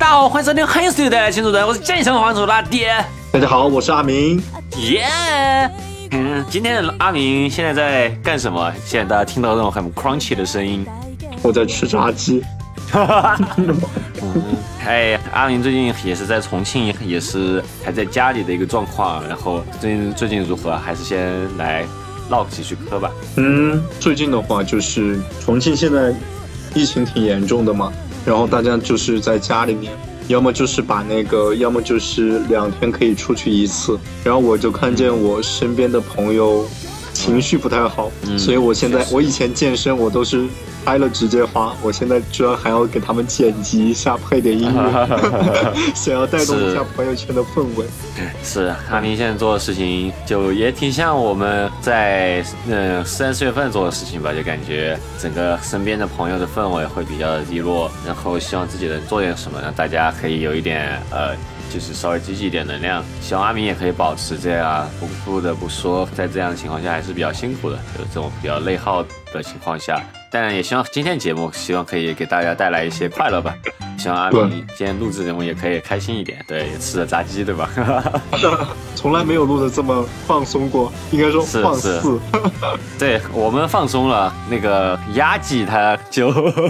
大家好，欢迎收听黑水的新主人，我是健身房主拉爹。 大家好，我是阿明。 耶、今天的阿明现在在干什么？现在大家听到那种很 crunchy 的声音， 我在吃炸鸡。 阿明最近也是在重庆，也是还在家里的一个状况。然后最近如何？还是先来唠几句嗑吧。 最近的话就是重庆现在疫情挺严重的嘛，然后大家就是在家里面，要么就是要么就是2天可以出去一次。然后我就看见我身边的朋友情绪不太好，所以我以前健身我都是拍了直接发，我现在居然还要给他们剪辑一下，配点音乐，想要带动一下朋友圈的氛围。 是阿明现在做的事情，就也挺像我们在3-4月份做的事情吧，就感觉整个身边的朋友的氛围会比较低落，然后希望自己能做点什么，让大家可以有一点就是稍微积极一点能量。希望阿明也可以保持这样，不得不说，在这样的情况下还是比较辛苦的，有这种比较内耗的情况下。当然也希望今天节目希望可以给大家带来一些快乐吧。希望阿明今天录制节目也可以开心一点，对，也吃了炸鸡，对吧？ 从来没有录的这么放松过，应该说放肆。 对，我们放松了，那个压鸡他就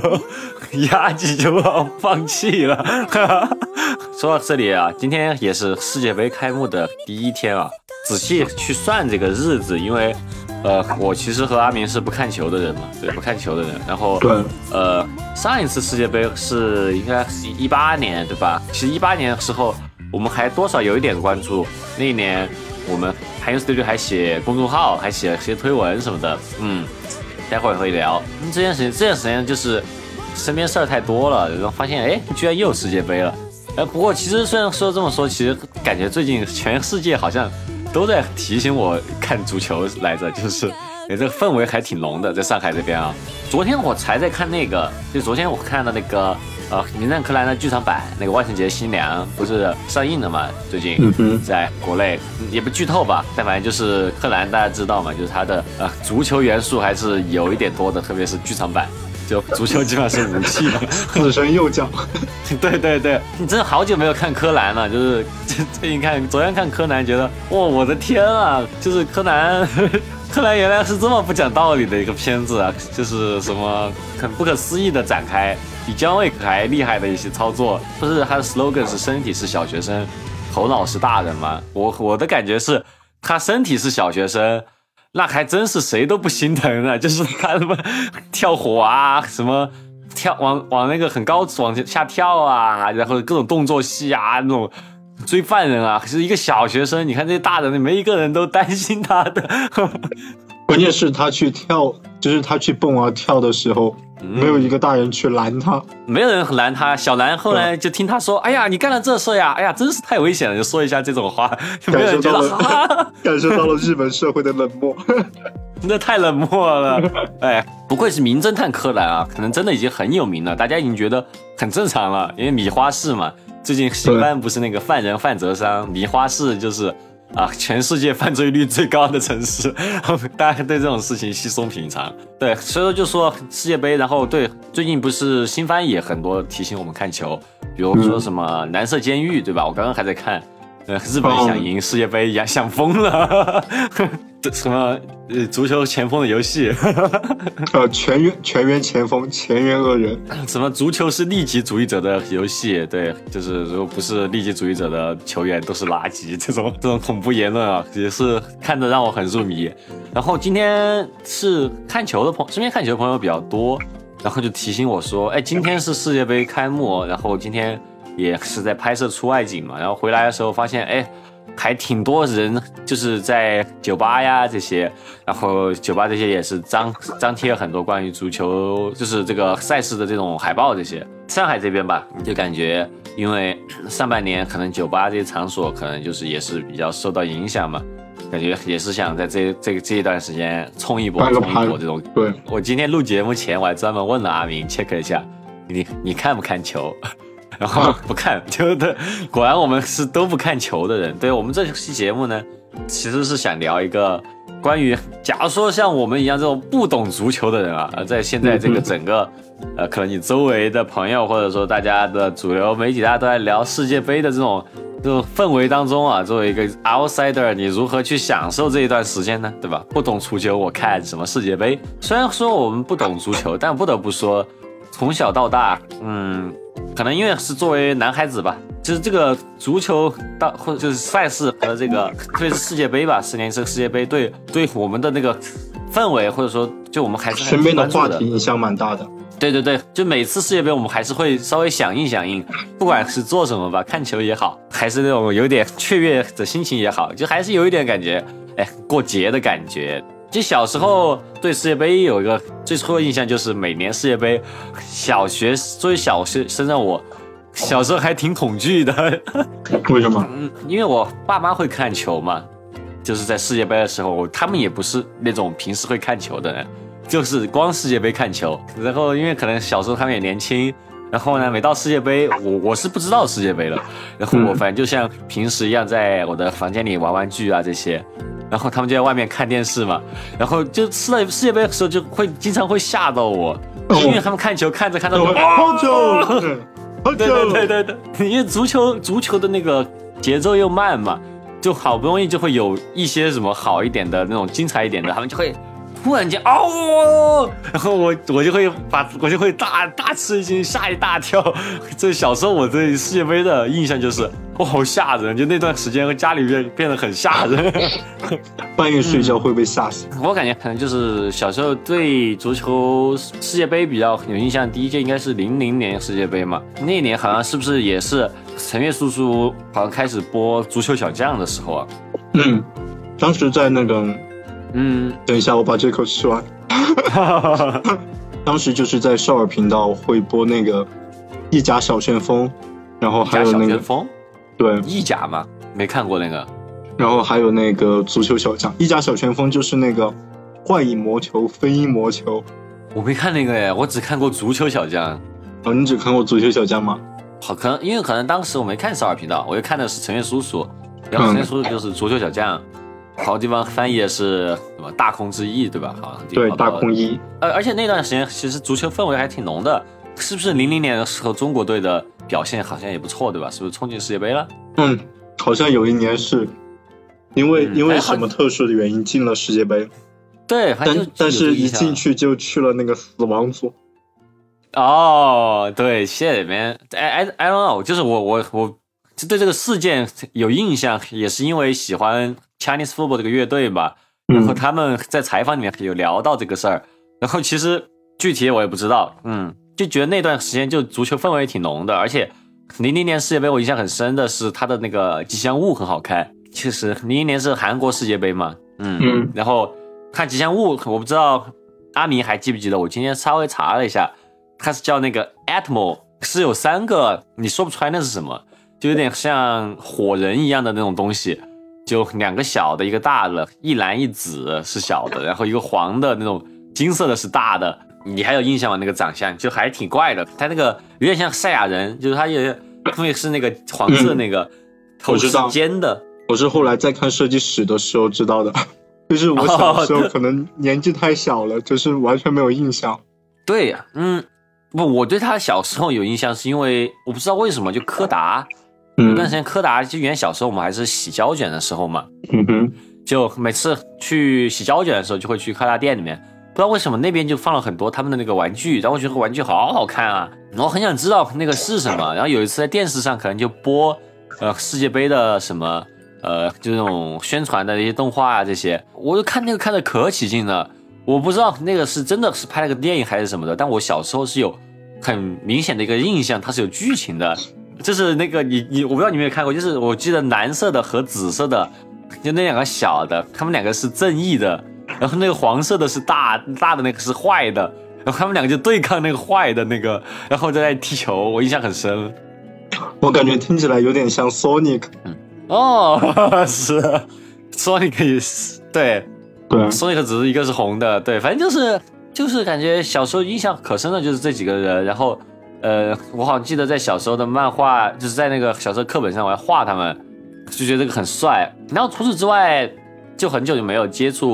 要放弃了。说到这里啊，今天也是世界杯开幕的第一天啊，仔细去算这个日子，因为我其实和阿明是不看球的人嘛，对，不看球的人。然后上一次世界杯是应该是18年，对吧？其实18年的时候，我们还多少有一点关注。那一年我们还有队还写公众号，还写些推文什么的。待会儿会聊。这件时间就是身边事儿太多了，然后发现居然又有世界杯了。不过其实虽然说这么说，其实感觉最近全世界好像都在提醒我看足球来着，就是这个氛围还挺浓的，在上海这边啊。昨天我才在看就昨天我看到那个名侦探柯南的剧场版，那个万圣节新娘不是上映了嘛？最近在国内也不剧透吧，但反正就是柯南大家知道嘛，就是它的足球元素还是有一点多的，特别是剧场版。就足球基本上是武器了， 死神右脚。 对，你真的好久没有看柯南了，就是最近昨天看柯南，觉得哇，我的天啊，就是柯南原来是这么不讲道理的一个片子啊，就是什么很不可思议的展开，比姜维还厉害的一些操作。不是他的 slogan 是身体是小学生，头脑是大人吗？我的感觉是他身体是小学生。那还真是谁都不心疼呢，就是他什么跳火啊，什么往那个很高往下跳啊，然后各种动作戏啊，那种追犯人啊，是一个小学生，你看这些大人没一个人都担心他的。 关键是他去跳，就是他去蹦啊跳的时候，没有一个大人去拦他， 没有人拦他。小兰后来就听他说：“哎呀，你干了这事呀，哎呀，真是太危险了。”就说一下这种话，就没有人觉得感受到了日本社会的冷漠， 真的太冷漠了。不愧是名侦探柯南啊，可能真的已经很有名了，大家已经觉得很正常了。因为米花市嘛，最近新番不是那个犯人范泽商，米花市就是全世界犯罪率最高的城市，大家对这种事情稀松平常。对，所以说就说世界杯，然后对，最近不是新番也很多提醒我们看球，比如说什么蓝色监狱，对吧？我刚刚还在看，日本想赢世界杯，想疯了。什么足球前锋的游戏， 全员前锋，前沿恶人， 什么足球是利己主义者的游戏，对，就是如果不是利己主义者的球员都是垃圾，这种恐怖言论啊，也是看得让我很入迷。然后今天是看球的身边看球的朋友比较多，然后就提醒我说，今天是世界杯开幕，然后今天也是在拍摄出外景嘛，然后回来的时候发现，还挺多人就是在酒吧呀这些，然后酒吧这些也是张贴了很多关于足球就是这个赛事的这种海报这些。上海这边吧，就感觉因为上半年可能酒吧这些场所可能就是也是比较受到影响嘛，感觉也是想在这一段时间冲一波这种。对，我今天录节目前我还专门问了阿明 check 一下，你看不看球？然后不看，对，果然我们是都不看球的人。对，我们这期节目呢，其实是想聊一个关于假如说像我们一样这种不懂足球的人啊，在现在这个整个可能你周围的朋友或者说大家的主流媒体大家都在聊世界杯的这种氛围当中啊，作为一个 outsider 你如何去享受这一段时间呢，对吧？不懂足球我看什么世界杯，虽然说我们不懂足球，但不得不说从小到大可能因为是作为男孩子吧，就是这个足球或者就是赛事和这个特别是世界杯吧，4年一次世界杯对我们的那个氛围或者说就我们还是身边的话题影响蛮大的。 对对对，就每次世界杯我们还是会稍微响应，不管是做什么吧，看球也好，还是那种有点雀跃的心情也好，就还是有一点感觉，过节的感觉。就小时候对世界杯有一个最初的印象，就是每年世界杯，作为小学生的我，小时候还挺恐惧的。 为什么？ 因为我爸妈会看球嘛，就是在世界杯的时候，他们也不是那种平时会看球的人，就是光世界杯看球。然后因为可能小时候他们也年轻，然后呢，每到世界杯，我是不知道世界杯了，然后我反正就像平时一样，在我的房间里玩玩具啊这些。然后他们就在外面看电视嘛，然后就世界杯的时候就会经常会吓到我，因为他们看球看着就好久， 对，因为足球的那个节奏又慢嘛，就好不容易就会有一些什么好一点的那种精彩一点的，他们就会突然间然后我就会大吃一惊，吓一大跳。这小时候我对世界杯的印象就是好吓人，就那段时间家里变得很吓人。 半夜睡觉会被吓死。 我感觉可能就是小时候对足球世界杯比较有印象，第一届应该是00年世界杯嘛，那年好像是不是也是陈悦叔叔好像开始播足球小将的时候啊？ 当时在那个等一下我把这口吃完。当时就是在少儿频道会播那个意甲小旋风，然后还有那个对意甲嘛，没看过那个。 然后还有那个足球小将，意甲小旋风就是那个幻影魔球、飞鹰魔球。 我没看那个耶，我只看过足球小将。 你只看过足球小将吗？ 好，因为可能当时我没看少儿频道，我就看的是陈悦叔叔，然后陈悦叔叔就是足球小将。好多地方翻译的是什么大空之翼，对吧？好像对，大空翼。 而且那段时间其实足球氛围还挺浓的，是不是00年的时候中国队的表现好像也不错，对吧？是不是冲进世界杯了？ 好像有一年是因为什么特殊的原因进了世界杯。 对， 但是一进去就去了那个死亡组。 对，现在里面I don't know， 就是我就对这个事件有印象，也是因为喜欢 Chinese Football 这个乐队吧，然后他们在采访里面有聊到这个事儿，然后其实具体我也不知道，就觉得那段时间就足球氛围挺浓的，而且00年世界杯我印象很深的是他的那个吉祥物很好看，确实00年是韩国世界杯嘛，然后看吉祥物，我不知道阿明还记不记得，我今天稍微查了一下，它是叫那个 Atmo， 是有3个，你说不出来那是什么。就有点像火人一样的那种东西，就2个小的，一个大的，一蓝一紫是小的，然后一个黄的那种金色的是大的。你还有印象吗？那个长相就还挺怪的，他那个有点像赛亚人，就是他也因为是那个黄色那个头是尖的。 我是后来在看设计史的时候知道的，就是我小时候可能年纪太小了，就是完全没有印象。 对呀，不，我对他小时候有印象是因为我不知道为什么，就柯达。有段时间柯达就原小时候我们还是洗胶卷的时候嘛，就每次去洗胶卷的时候就会去柯达店里面，不知道为什么那边就放了很多他们的那个玩具，然后我觉得玩具好好看啊，我很想知道那个是什么。然后有一次在电视上可能就播世界杯的什么就那种宣传的一些动画啊这些，我就看那个看得可起劲了。我不知道那个是真的是拍了个电影还是什么的，但我小时候是有很明显的一个印象，它是有剧情的。就是那个我不知道你有没有看过，就是我记得蓝色的和紫色的，就那2个小的，他们2个是正义的，然后那个黄色的是大的那个是坏的，然后他们2个就对抗那个坏的那个，然后在踢球，我印象很深。 我感觉听起来有点像 Sonic。 是 Sonic 也是，对 Sonic 只是一个是红的，对，反正就是感觉小时候印象可深的就是这几个人，然后。我好像记得在小时候的漫画，就是在那个小时候课本上我还画他们，就觉得这个很帅。然后除此之外，就很久就没有接触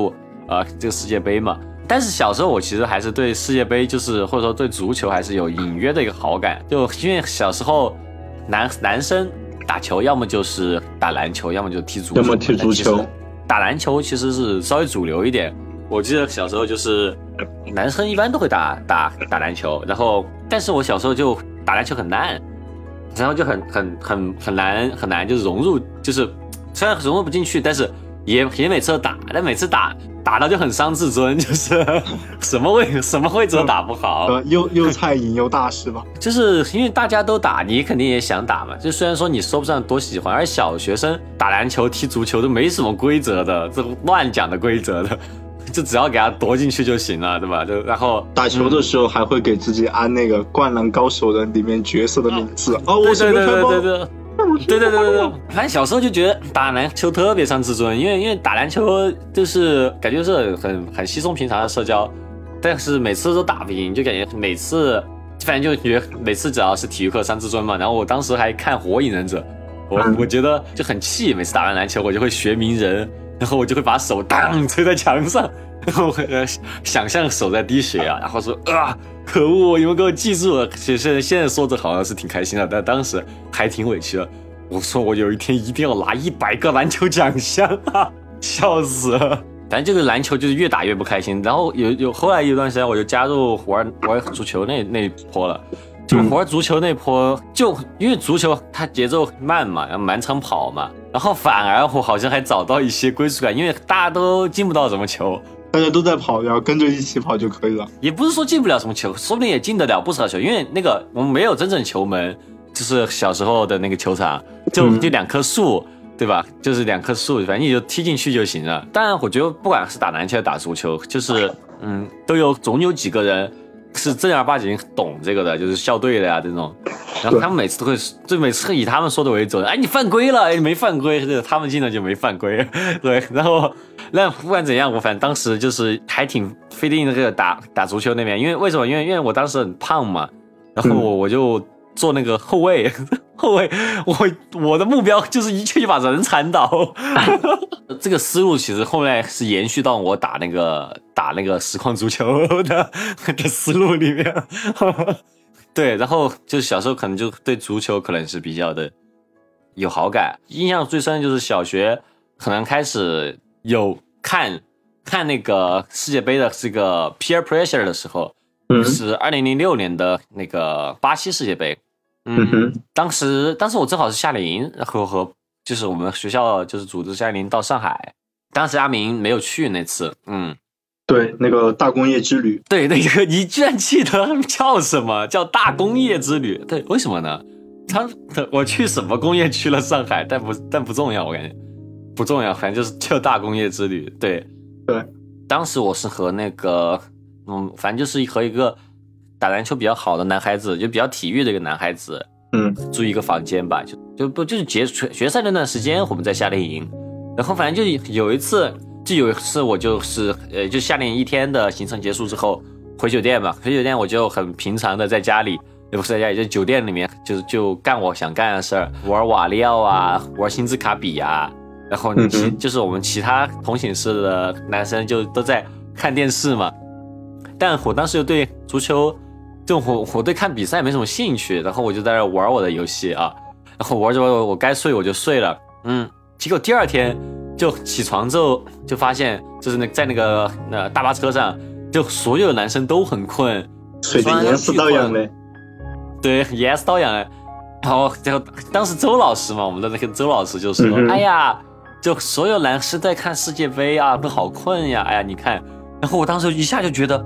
这个世界杯嘛。但是小时候我其实还是对世界杯就是或者说对足球还是有隐约的一个好感，就因为小时候男生打球要么就是打篮球，要么就踢足球， 要么踢足球。 打篮球其实是稍微主流一点。我记得小时候就是男生一般都会打篮球，然后但是我小时候就打篮球很烂，然后就很难就融入，就是虽然融入不进去，但是也每次都打，但每次打到就很伤自尊，就是什么位置都打不好， 又菜瘾又大是吧？ 就是因为大家都打，你肯定也想打嘛。就虽然说你说不上多喜欢，而小学生打篮球、踢足球都没什么规则的，这乱讲的规则的。就只要给他夺进去就行了，对吧？就然后打球的时候还会给自己安那个《灌篮高手》的里面角色的名字我是对，反正小时候就觉得打篮球特别伤自尊，因为打篮球就是感觉是很稀松平常的社交，但是每次都打不赢，就感觉每次反正就觉得每次只要是体育课伤自尊嘛。然后我当时还看《火影忍者》，我觉得就很气，每次打完篮球我就会学鸣人。然后我就会把手当推在墙上，然后想象手在滴血啊，然后说可恶，你们给我记住了。现在说着好像是挺开心的，但当时还挺委屈的。我说我有一天一定要拿100个篮球奖项啊，笑死了。反正这个篮球就是越打越不开心。然后后来有段时间我就加入玩足球那一波了。就玩足球那波，就因为足球它节奏慢嘛，然后满场跑嘛，然后反而我好像还找到一些归属感，因为大家都进不到什么球， 大家都在跑，然后跟着一起跑就可以了。 也不是说进不了什么球，说不定也进得了不少球，因为那个我们没有真正球门，就是小时候的那个球场，就2棵树，对吧？就是2棵树，反正你就踢进去就行了。当然，我觉得不管是打篮球打足球，就是总有几个人是正儿八经懂这个的，就是校队的呀这种，然后他们每次都会，就每次以他们说的为准，你犯规了，你没犯规，他们进了就没犯规，对，然后那不管怎样，我反正当时就是还挺费劲那个打足球那边，因为为什么？因为我当时很胖嘛，然后我就做那个后卫，我的目标就是一去就把人铲倒。这个思路其实后来是延续到我打那个实况足球的思路里面。对，然后就是小时候可能就对足球可能是比较的有好感，印象最深就是小学可能开始有看那个世界杯的这个 peer pressure 的时候，是2006年的那个巴西世界杯。当时我正好是夏令营，和就是我们学校就是组织夏令营到上海，当时阿明没有去那次。 对，那个大工业之旅。 对，那个你居然记得叫什么？叫大工业之旅。对，为什么呢？我去什么工业去了上海，但不重要，我感觉不重要，反正就是叫大工业之旅。对，当时我是和那个反正就是和一个打篮球比较好的男孩子，就比较体育的一个男孩子，住一个房间吧，就是决赛那段时间我们在夏令营，然后反正就有一次我就是就夏令营1天的行程结束之后回酒店嘛，回酒店我就很平常的在家里，也不是在家里，就酒店里面就干我想干的事儿，玩瓦利奥啊，玩星之卡比啊，然后就是我们其他同寝室的男生就都在看电视嘛，但我当时又对足球就我对看比赛没什么兴趣，然后我就在那玩我的游戏啊，然后玩着我该睡我就睡了，结果第2天就起床之后就发现就是在那个大巴车上，就所有的男生都很困， 睡得严丝瘴痒嘞。 对，严丝瘴痒嘞。然后当时周老师嘛，我们的那个周老师就说，哎呀，就所有男生在看世界杯啊，都好困呀，哎呀你看，然后我当时一下就觉得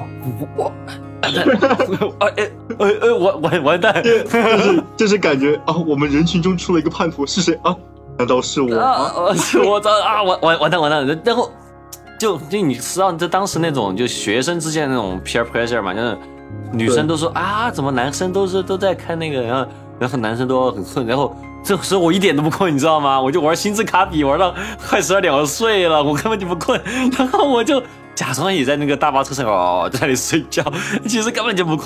完蛋， 就是感觉我们人群中出了一个叛徒，是谁啊？难道是我？ 是我完蛋！然后就你知道，这当时那种就学生之间的那种 peer pressure 嘛，就是女生都说怎么男生都在看那个，然后男生都很困，然后这时候我一点都不困，你知道吗？我就玩星之卡比玩到快12点，我睡了，我根本就不困，然后我就假装也在那个大巴车上在那里睡觉，其实根本就不困。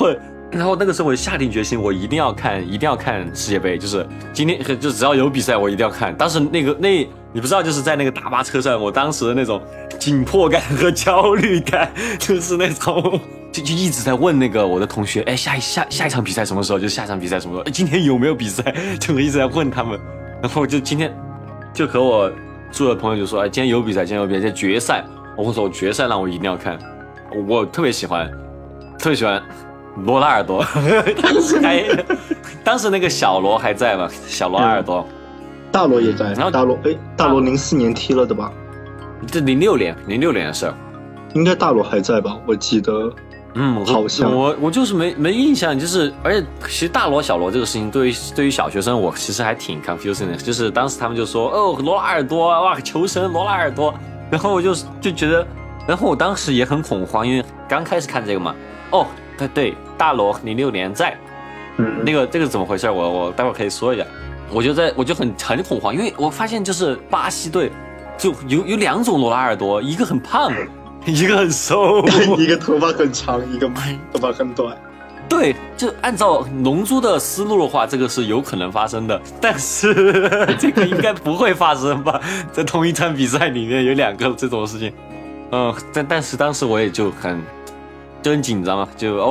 然后那个时候我就下定决心，我一定要看世界杯，就是今天就只要有比赛我一定要看。当时你不知道，就是在那个大巴车上，我当时的那种紧迫感和焦虑感，就是那种就一直在问那个我的同学，哎，下一场比赛什么时候？就下一场比赛什么时候？哎，今天有没有比赛？就一直在问他们。然后就今天就和我住的朋友就说，哎，今天有比赛，这决赛。我说决赛让我一定要看，我特别喜欢罗纳尔多，当时那个小罗还在嘛？小罗纳尔多， 大罗也在。然后大罗04年踢了的吧？ 这06年的事儿， 应该大罗还在吧？我记得，好像我就是没印象，就是而且其实大罗小罗这个事情对于小学生我其实还挺 confusing 的，就是当时他们就说哦罗纳尔多哇球神罗纳尔多，然后我就觉得，然后我当时也很恐慌，因为刚开始看这个嘛，哦。对，大罗06年在，这个怎么回事？我待会儿可以说一下。我就很恐慌，因为我发现就是巴西队就有两种罗纳尔多，一个很胖，一个很瘦， 一个头发很长，一个头发很短。 对，就按照龙珠的思路的话，这个是有可能发生的，但是这个应该不会发生吧？在同一场比赛里面有两个这种事情，但是当时我也就很紧张嘛，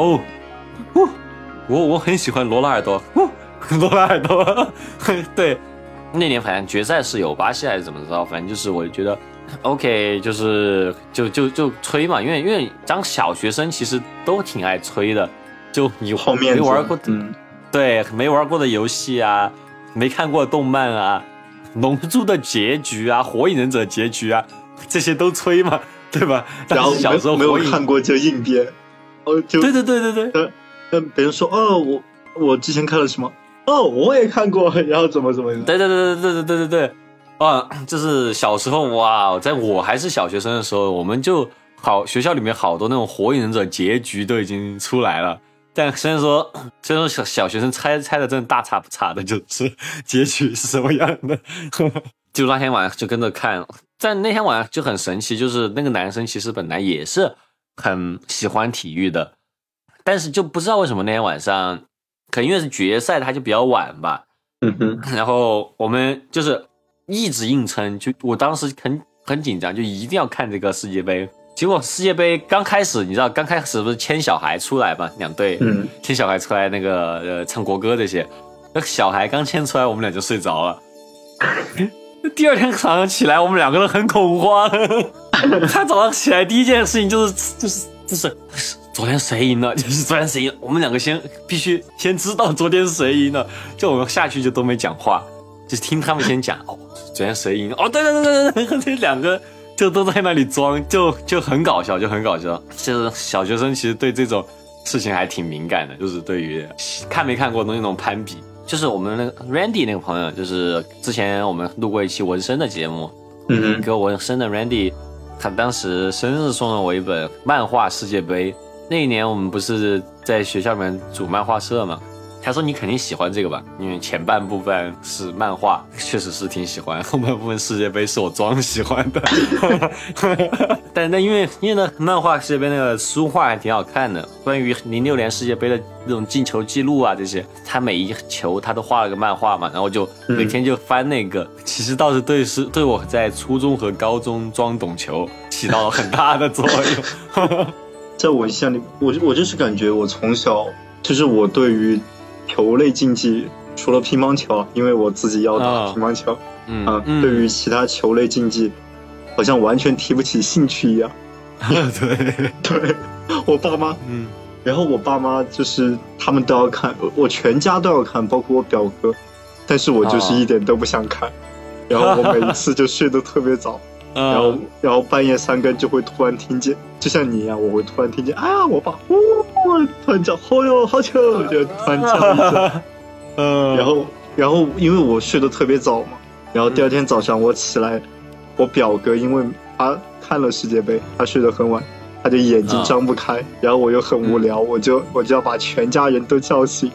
我很喜欢罗纳尔多，罗纳尔多，对，那年反正决赛是有巴西还是怎么着，反正就是我觉得 OK， 就是就吹嘛，因为当小学生其实都挺爱吹的，就你没玩过，对，没玩过的游戏啊，没看过动漫啊，龙珠的结局啊，火影忍者结局啊，这些都吹嘛。对吧？ 然后小时候没有看过就硬编，就对。 跟别人说我之前看了什么我也看过，然后怎么对啊，就是小时候哇，在我还是小学生的时候，我们就学校里面好多那种火影忍者结局都已经出来了。但虽然说小学生猜的真的大差不差的，就是结局是什么样的。就那天晚上就跟着看，在那天晚上就很神奇，就是那个男生其实本来也是很喜欢体育的，但是就不知道为什么那天晚上，可能因为是决赛，他就比较晚吧。然后我们就是一直硬撑，就我当时很紧张，就一定要看这个世界杯。结果世界杯刚开始，你知道刚开始不是牵小孩出来嘛，两队牵小孩出来那个唱国歌这些，那小孩刚牵出来，我们俩就睡着了。第二天早上起来，我们两个人很恐慌。他早上起来第一件事情就是昨天谁赢了？就是昨天谁赢了？我们两个必须先知道昨天谁赢了。就我们下去就都没讲话，就是听他们先讲。昨天谁赢了？对，这两个就都在那里装，就很搞笑，就是小学生其实对这种事情还挺敏感的，就是对于看没看过的那种攀比。就是我们那个 Randy 那个朋友，就是之前我们录过一期纹身的节目，给我纹身的 Randy， 他当时生日送了我一本漫画世界杯。那一年我们不是在学校里面组漫画社嘛，他说你肯定喜欢这个吧，因为前半部分是漫画，确实是挺喜欢，后半部分世界杯是我装喜欢的。但因为呢漫画世界杯那个书画还挺好看的，关于06年世界杯的那种进球记录啊这些，他每一球他都画了个漫画嘛，然后就每天就翻那个，其实倒是对我在初中和高中装懂球起到了很大的作用。 在我印象里，我就是感觉我从小就是我对于球类竞技，除了乒乓球，因为我自己要打乒乓球，对于其他球类竞技，好像完全提不起兴趣一样。对，我爸妈，然后我爸妈就是他们都要看，我全家都要看，包括我表哥，但是我就是一点都不想看，然后我每一次就睡得特别早。然后半夜3更就会突然听见，就像你一样，我会突然听见，我爸突然叫，好球，就突然叫一声。然后因为我睡得特别早嘛，然后第二天早上我起来，我表哥因为他看了世界杯，他睡得很晚，他就眼睛张不开，然后我又很无聊，我就要把全家人都叫醒。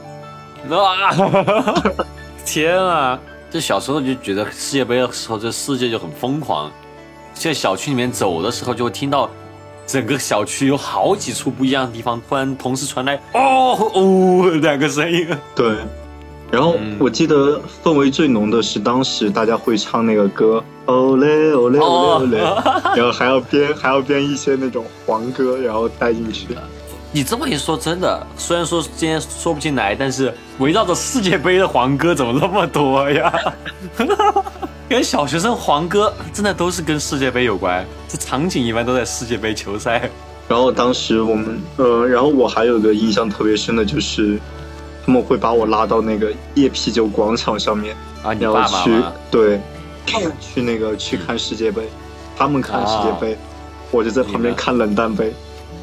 天啊！这小时候就觉得世界杯的时候，这世界就很疯狂。在小区里面走的时候，就会听到整个小区有好几处不一样的地方，突然同时传来哦两个声音。 对，然后我记得氛围最浓的是当时大家会唱那个歌，哦嘞哦嘞哦嘞哦嘞，然后还要编一些那种黄歌，然后带进去。 你这么一说，真的，虽然说今天说不进来，但是围绕着世界杯的黄歌怎么那么多呀？跟小学生黄歌真的都是跟世界杯有关，这场景一般都在世界杯球赛。 然后当时我们然后我还有个印象特别深的就是，他们会把我拉到那个夜啤酒广场上面啊，你然爸后去妈吗？ 对，去那个去看世界杯，他们看世界杯，我就在旁边看冷淡杯。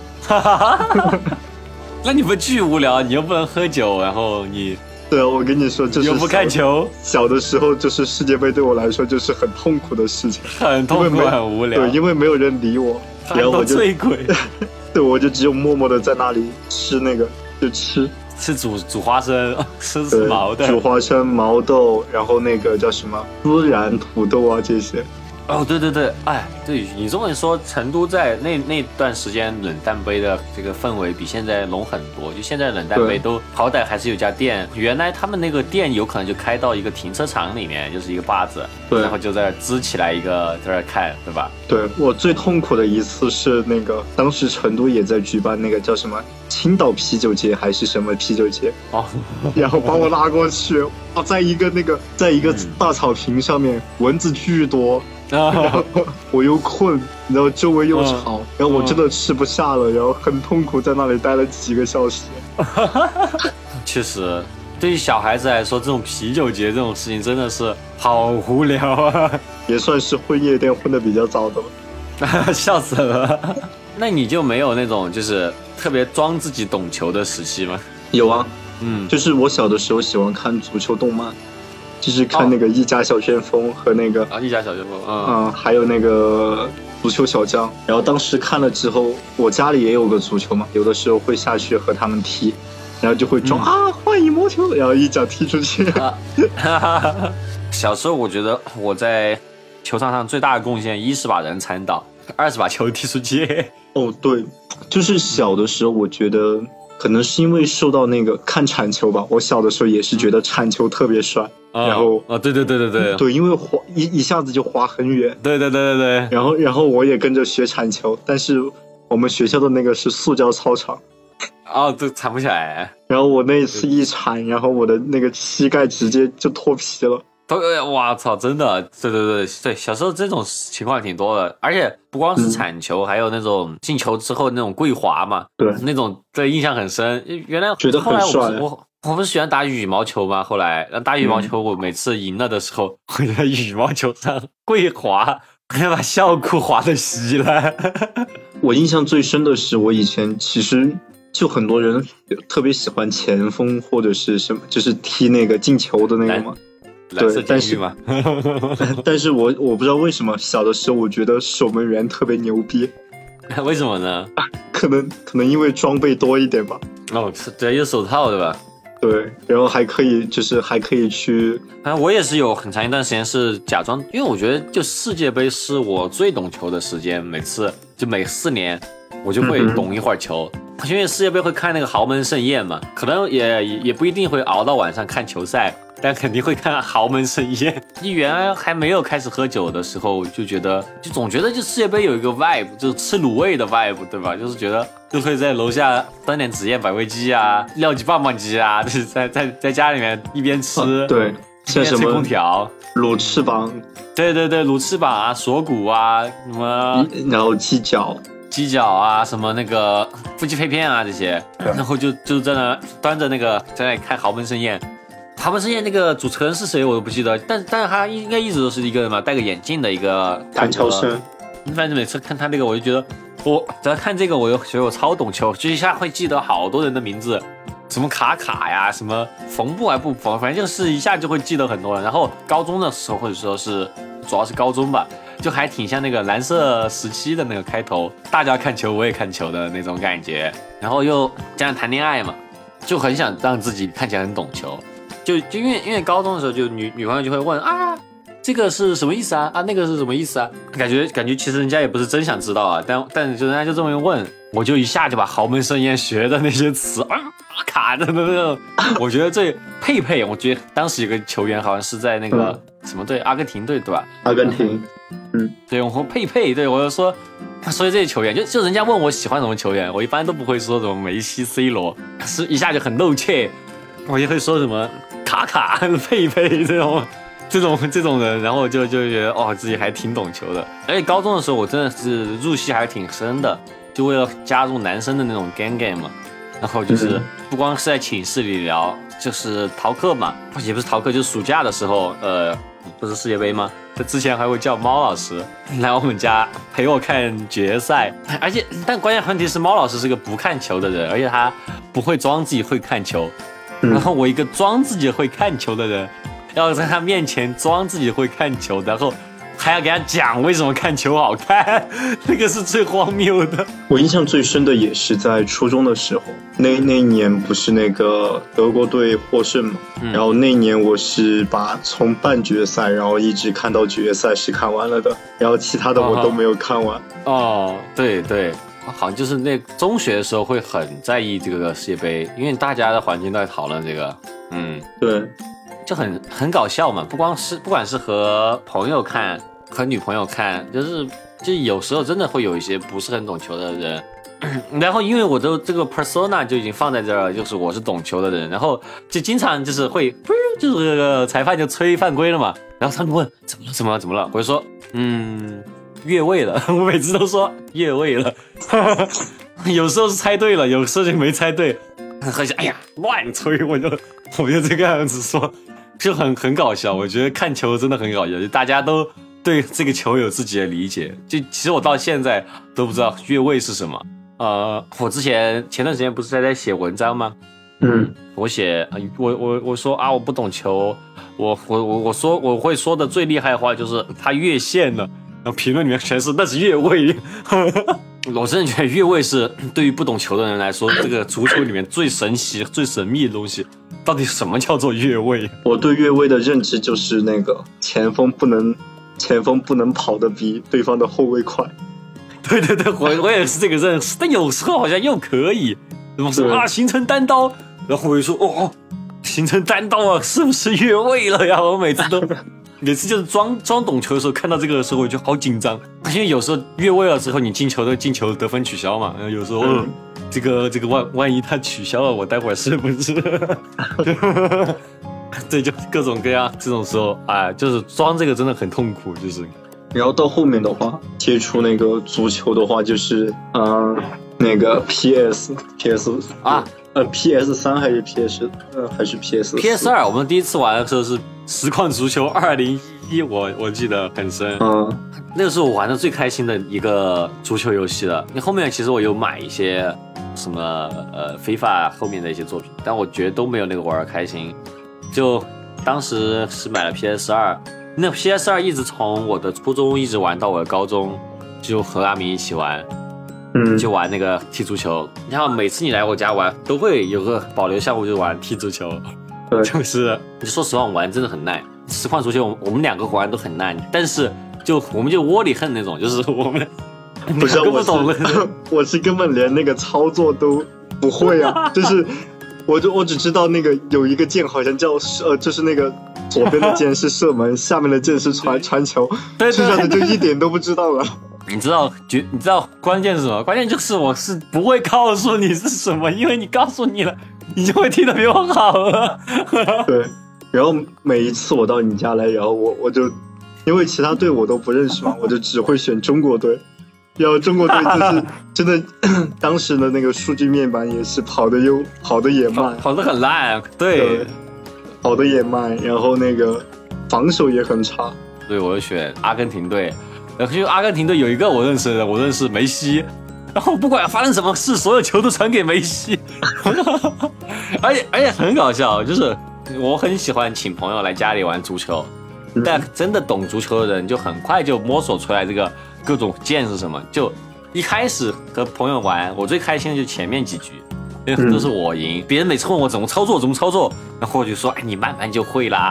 那你不巨无聊？你又不能喝酒，然后你对啊，我跟你说，就是又不看球， 小的时候就是世界杯对我来说就是很痛苦的事情， 很痛苦，很无聊。 对，因为没有人理我，然后我就醉鬼。 对，我就只有默默的在那里吃那个，就吃煮花生，吃毛豆， 煮花生、毛豆，然后那个叫什么孜然土豆啊这些。 哦，对对对，哎，对你这么一说，成都在那段时间冷淡杯的这个氛围比现在浓很多。就现在冷淡杯都好歹还是有家店，原来他们那个店有可能就开到一个停车场里面，就是一个坝子， 对， 然后就在那支起来一个在那看，对吧？ 对，我最痛苦的一次是那个当时成都也在举办那个叫什么青岛啤酒节还是什么啤酒节哦， 然后把我拉过去，在一个大草坪上面，蚊子巨多。然后我又困，然后周围又吵，然后我真的吃不下了，然后很痛苦，在那里待了几个小时。 确实，对于小孩子来说，这种啤酒节这种事情真的是好无聊啊！ 也算是混夜店混得比较早的了。笑死了！那你就没有那种就是特别装自己懂球的时期吗？ 有啊，就是我小的时候喜欢看足球动漫。就是看那个一家小旋风和那个一家小旋风， 还有那个足球小将。然后当时看了之后，我家里也有个足球嘛，有的时候会下去和他们踢，然后就会装欢迎魔球，然后一脚踢出去。 小时候我觉得我在球场上最大的贡献，一是把人铲倒，二是把球踢出界。 哦，对，就是小的时候我觉得。可能是因为受到那个看铲球吧，我小的时候也是觉得铲球特别帅，然后对， 对，因为一下子就滑很远， 对， 然后我也跟着学铲球，但是我们学校的那个是塑胶操场， 都铲不起来， 然后我那一次一铲，然后我的那个膝盖直接就脱皮了。 哇操！真的，对，小时候这种情况挺多的，而且不光是铲球，还有那种进球之后那种跪滑嘛， 对， 那种对印象很深。原来觉得很帅。 我不是喜欢打羽毛球吗？后来打羽毛球，我每次赢了的时候，我在羽毛球上跪滑，我要把校裤滑得稀了。 我印象最深的是，我以前其实就很多人特别喜欢前锋或者是什么，就是踢那个进球的那个嘛。对，但是我不知道为什么小的时候我觉得守门员特别牛逼， 为什么呢？ 可能因为装备多一点吧。 对，有手套对吧？ 对，然后还可以去。 我也是有很长一段时间是假装，因为我觉得就世界杯是我最懂球的时间，每4年我就会懂一会儿球。因为世界杯会看那个豪门盛宴嘛，可能也不一定会熬到晚上看球赛，但肯定会看豪门盛宴。你原来还没有开始喝酒的时候，就总觉得就世界杯有一个 vibe， 就是吃卤味的 vibe， 对吧？就是觉得就会在楼下端点纸燕百味鸡啊、料鸡棒棒鸡啊，就是在家里面一边吃， 对，像什么空调、 卤翅膀， 对，卤翅膀啊、锁骨啊，什么， 然后鸡脚啊，什么那个夫妻肺片啊这些，然后就在那端着那个在那看豪门盛宴。豪门盛宴那个主持人是谁我都不记得，但是他应该一直都是一个人嘛，戴个眼镜的一个谭乔生。 反正每次看他那个，我就觉得只要看这个，我就觉得我超懂球，就一下会记得好多人的名字，什么卡呀，什么冯布还不冯，反正就是一下就会记得很多人。然后高中的时候或者说是主要是高中吧，就还挺像那个蓝色时期的那个开头，大家看球我也看球的那种感觉。然后又加上谈恋爱嘛，就很想让自己看起来很懂球。就因为高中的时候，就女朋友就会问啊， 这个是什么意思啊？啊，那个是什么意思啊？感觉其实人家也不是真想知道啊，但就人家就这么一问，我就一下就把豪门盛宴学的那些词卡的那种。我觉得这佩，我觉得当时有个球员好像是在那个什么队，阿根廷队对吧？ 阿根廷， 对，我说佩，对我就说。所以这些球员就人家问我喜欢什么球员，我一般都不会说什么梅西、C 罗，是一下就很露怯，我就会说什么卡、佩这种人，然后就觉得哦自己还挺懂球的。而且高中的时候我真的是入戏还挺深的，就为了加入男生的那种 game 嘛，然后就是不光是在寝室里聊，就是逃课嘛，也不是逃课，就是暑假的时候，不是世界杯吗？他之前还会叫猫老师来我们家陪我看决赛，但关键问题是猫老师是个不看球的人，而且他不会装自己会看球，然后我一个装自己会看球的人，要在他面前装自己会看球，然后还要给他讲为什么看球好看，那个是最荒谬的。 我印象最深的也是在初中的时候，那一年不是那个德国队获胜嘛，然后那年我是把从半决赛然后一直看到决赛是看完了的，然后其他的我都没有看完。 对，好像就是那中学的时候会很在意这个世界杯，因为大家的环境都在讨论这个， 对， 就很搞笑嘛，不管是和朋友看，和女朋友看，就有时候真的会有一些不是很懂球的人，然后因为我的这个 persona 就已经放在这儿了，就是我是懂球的人，然后就经常就是会，就是这个裁判就吹犯规了嘛，然后他们问怎么了，我就说越位了，我每次都说越位了，有时候是猜对了，有时候就没猜对，很想哎呀乱吹，我就这个样子说，就很搞笑。我觉得看球真的很搞笑，就大家都对这个球有自己的理解。就其实我到现在都不知道越位是什么。我前段时间不是在写文章吗？我写我说啊我不懂球，我说我会说的最厉害的话就是他越线了，然后评论里面全是那是越位。我真的觉得越位是对于不懂球的人来说，这个足球里面最神奇、最神秘的东西。到底什么叫做越位？ 我对越位的认知就是那个前锋不能跑得比对方的后卫快。 对，我也是这个认识，但有时候好像又可以，怎么说啊？形成单刀，然后我就说形成单刀啊，是不是越位了呀？我每次就是装懂球的时候，看到这个的时候我就好紧张，因为有时候越位了之后，你进球得分取消嘛，然后有时候这个万一他取消了，我待会儿是不是？对，就各种各样这种时候，就是装这个真的很痛苦，就是。 然后到后面的话，接触那个足球的话，就是那个 PS 啊，PS3还是 PS2？ 我们第一次玩的时候是实况足球2011，我记得很深。那个是我玩的最开心的一个足球游戏了。因为后面其实我有买一些什么FIFA 后面的一些作品，但我觉得都没有那个玩的开心。就当时是买了 PS2。那 PS2 一直从我的初中一直玩到我的高中，就和阿明一起玩，就玩那个踢足球。然后每次你来我家玩，都会有个保留项目，就玩踢足球。就是说实话，我玩真的很烂。实况足球我们两个玩都很烂，但是我们就窝里恨那种，就是我们不是不懂了，我是根本连那个操作都不会啊，就是我只知道那个有一个键好像叫就是那个。左边的键是射门，下面的键是传球，剩下的就一点都不知道了。 你知道关键是什么？关键就是我是不会告诉你是什么，因为你告诉你了，你就会踢得比我好了。 对，然后每一次我到你家来，然后我就因为其他队我都不认识嘛，我就只会选中国队。然后中国队就是真的，当时的那个数据面板也是跑得也慢， 跑得很烂，对。 跑得也慢，然后那个防守也很差。 对，我就选阿根廷队。然后就阿根廷队有一个我认识的，我认识梅西。然后不管发生什么事，所有球都传给梅西。而且很搞笑，就是我很喜欢请朋友来家里玩足球，但真的懂足球的人就很快就摸索出来这个各种键是什么。就一开始和朋友玩，我最开心的就前面几局。因为都是我赢，别人每次问我怎么操作，然后我就说，你慢慢就会啦。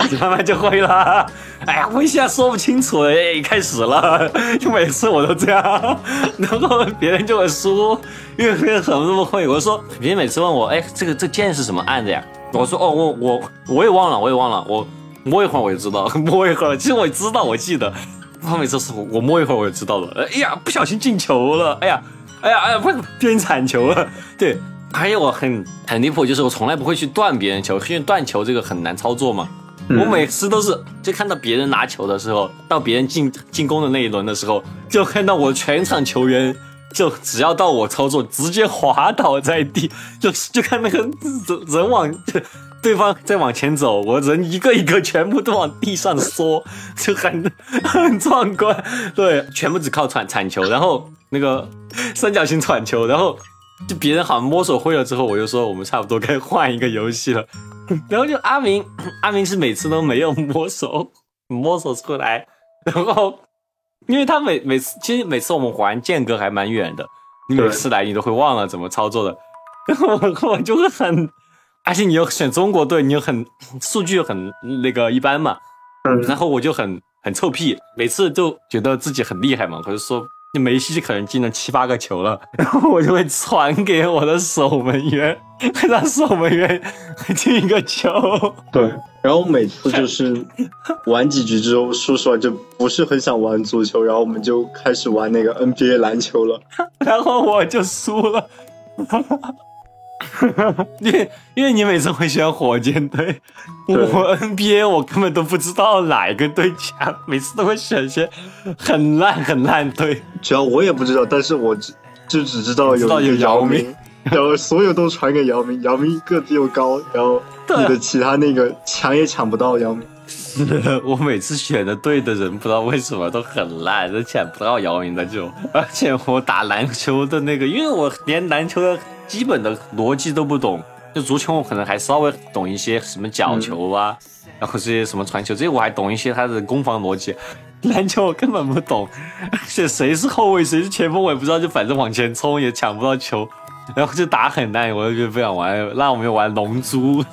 慢慢就会了。哎呀，我一下说不清楚了，开始了，就每次我都这样，然后别人就会输，因为别人怎么这么会？我说别人每次问我，这键是什么按的呀？我说我也忘了，我摸一会儿我就知道，摸一会儿，其实我知道，我记得，他每次说我摸一会儿我就知道了。哎呀，不小心进球了，哎呀，不是变铲球了，对。还有我很离谱，就是我从来不会去断别人球，因为断球这个很难操作嘛。我每次都是就看到别人拿球的时候，到别人进攻的那一轮的时候，就看到我全场球员就只要到我操作，直接滑倒在地，就看那个人往对方在往前走，我人一个一个全部都往地上缩，就很壮观。对，全部只靠铲球，然后那个三角形铲球，然后。就别人好像摸索会了之后，我就说我们差不多该换一个游戏了。然后就阿明是每次都没有摸索出来，然后因为他其实每次我们玩间隔还蛮远的，你每次来你都会忘了怎么操作的，然后我就会很，而且你又选中国队，你又很数据又很那个一般嘛，然后我就很臭屁，每次就觉得自己很厉害嘛，我就说。梅西可能进了7、8个球了，然后我就会传给我的守门员，让守门员进一个球。 对，然后每次就是玩几局之后，说实话就不是很想玩足球，然后我们就开始玩那个 NBA 篮球了， 然后我就输了。因为你每次会选火箭队，我 NBA 我根本都不知道哪一个队强，每次都会选些很烂队。 主要我也不知道，但是我只知道有一个姚明，然后所有都传给姚明，姚明个子又高，然后你的其他那个抢也抢不到姚明。 我每次选的队的人不知道为什么都很烂，都抢不到姚明的球。而且我打篮球的那个，因为我连篮球的基本的逻辑都不懂，就足球我可能还稍微懂一些什么角球啊，然后这些什么传球，这些我还懂一些它的攻防逻辑。篮球我根本不懂，而且谁是后卫谁是前锋我也不知道，就反正往前冲也抢不到球，然后就打很烂，我就不想玩，让我们玩龙珠。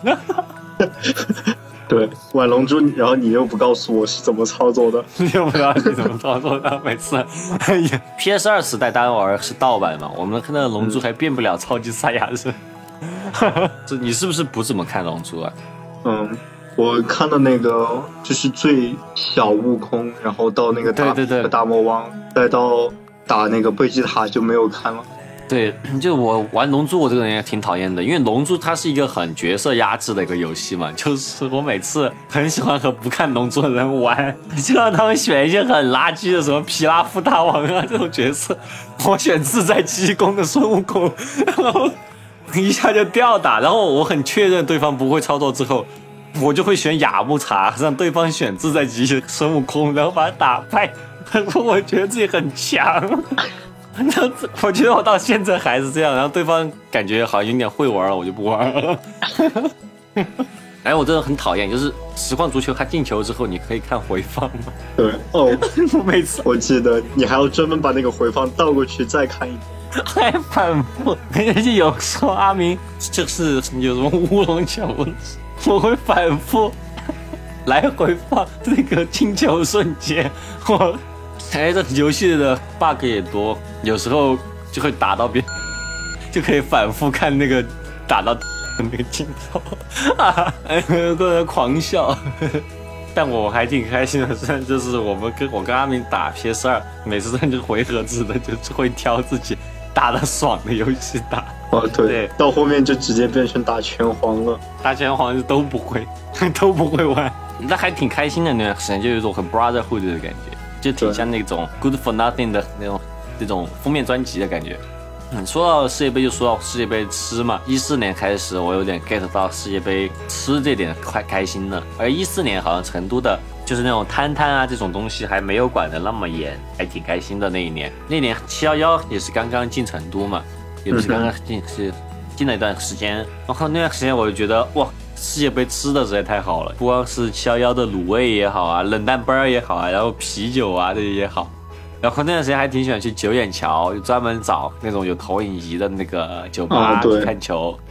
对，玩龙珠，然后你又不告诉我是怎么操作的， 你又不知道你怎么操作的，每次。PS2 时代大家玩是盗版嘛，我们看到龙珠还变不了超级赛亚人。你是不是不怎么看龙珠啊？ 我看到那个就是最小悟空，然后到那个大魔王，再到打那个贝吉塔就没有看了。 对，就我玩龙珠，我这个人也挺讨厌的，因为龙珠它是一个很角色压制的一个游戏嘛，就是我每次很喜欢和不看龙珠的人玩，就让他们选一些很垃圾的什么皮拉夫大王啊这种角色，我选自在七公的孙悟空，然后一下就吊打，然后我很确认对方不会操作之后，我就会选雅木茶，让对方选自在极孙悟空，然后把他打败，然后我觉得自己很强。我觉得我到现在还是这样，然后对方感觉好像有点会玩了，我就不玩了。我真的很讨厌，就是实况足球他进球之后，你可以看回放吗？ 对， 我每次我记得你还要专门把那个回放倒过去再看一遍， 还反复。而且有时候阿明就是有什么乌龙球，我会反复来回放这个进球瞬间。这游戏的 bug 也多，有时候就会打到别人，就可以反复看那个打到那个镜头，个人狂笑。但我还挺开心的，虽然就是我跟阿明打 PS2，每次那个回合制的，就会挑自己打得爽的游戏打。 对，到后面就直接变成打拳皇了， 打拳皇就都不会玩，那还挺开心的那段时间，就有一种很 brotherhood 的感觉。就挺像那种 Good for Nothing 的那种封面专辑的感觉。说到世界杯就说到世界杯吃嘛，14年开始我有点 get 到世界杯吃这点快开心了，而14年好像成都的就是那种摊啊这种东西还没有管得那么严，还挺开心的那一年。那年711也是刚刚进成都嘛，也不是刚刚进，是进了一段时间，然后那段时间我就觉得哇。世界杯吃的实在太好了，不光是711的卤味也好啊，冷淡班也好啊，然后啤酒啊这些也好，然后那段时间还挺喜欢去九眼桥，就专门找那种有投影仪的那个酒吧去看球，